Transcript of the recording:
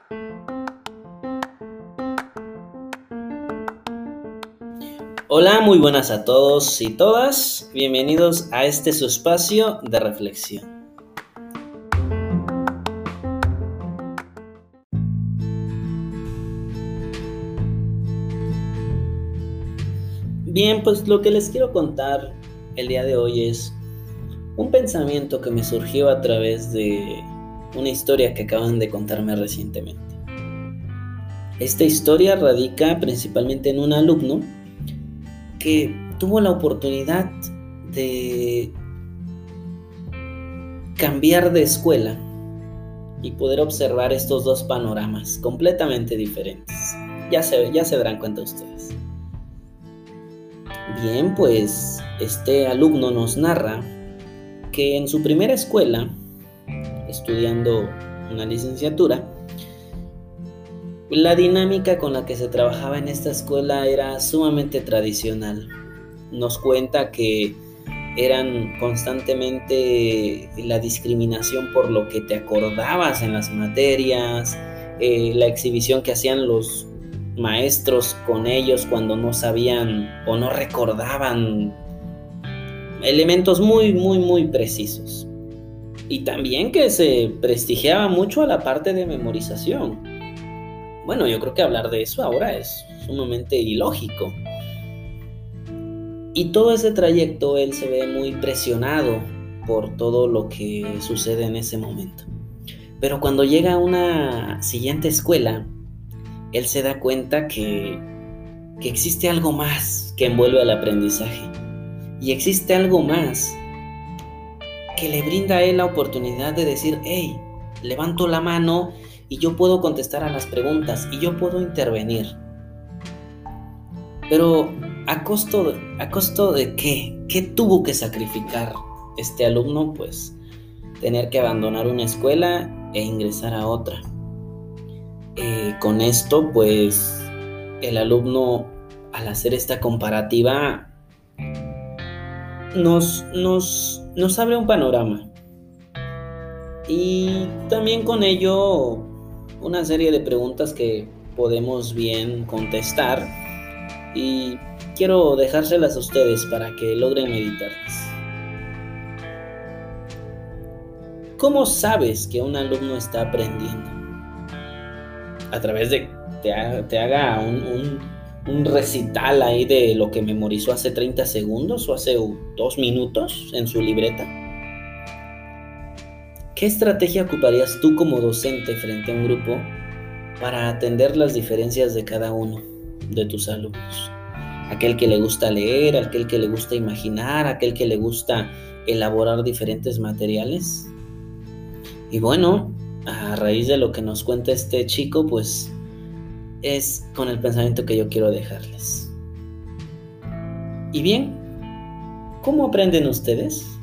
Hola, muy buenas a todos y todas. Bienvenidos a este su espacio de reflexión. Bien, pues lo que les quiero contar el día de hoy es un pensamiento que me surgió a través de una historia que acaban de contarme recientemente. Esta historia radica principalmente en un alumno que tuvo la oportunidad de cambiar de escuela y poder observar estos dos panoramas completamente diferentes. Ya se darán cuenta ustedes. Bien, pues este alumno nos narra que en su primera escuela, estudiando una licenciatura, la dinámica con la que se trabajaba en esta escuela era sumamente tradicional. Nos cuenta que eran constantemente la discriminación por lo que te acordabas en las materias, la exhibición que hacían los maestros con ellos cuando no sabían o no recordaban elementos muy precisos. Y también que se prestigiaba mucho a la parte de memorización. Bueno, yo creo que hablar de eso ahora es sumamente ilógico. Y todo ese trayecto él se ve muy presionado por todo lo que sucede en ese momento. Pero cuando llega a una siguiente escuela, él se da cuenta que existe algo más que envuelve al aprendizaje. Y existe algo más que le brinda a él la oportunidad de decir, hey, levanto la mano y yo puedo contestar a las preguntas y yo puedo intervenir. Pero ¿a costo de qué? ¿Qué tuvo que sacrificar este alumno? Pues tener que abandonar una escuela e ingresar a otra. Con esto, pues el alumno, al hacer esta comparativa, nos abre un panorama. Y también con ello una serie de preguntas que podemos bien contestar. Y quiero dejárselas a ustedes para que logren meditarlas. ¿Cómo sabes que un alumno está aprendiendo? A través de te haga un recital ahí de lo que memorizó hace 30 segundos o hace 2 minutos en su libreta. ¿Qué estrategia ocuparías tú como docente frente a un grupo para atender las diferencias de cada uno de tus alumnos? Aquel que le gusta leer, aquel que le gusta imaginar, aquel que le gusta elaborar diferentes materiales. Y bueno, a raíz de lo que nos cuenta este chico, pues es con el pensamiento que yo quiero dejarles. Y bien, ¿cómo aprenden ustedes?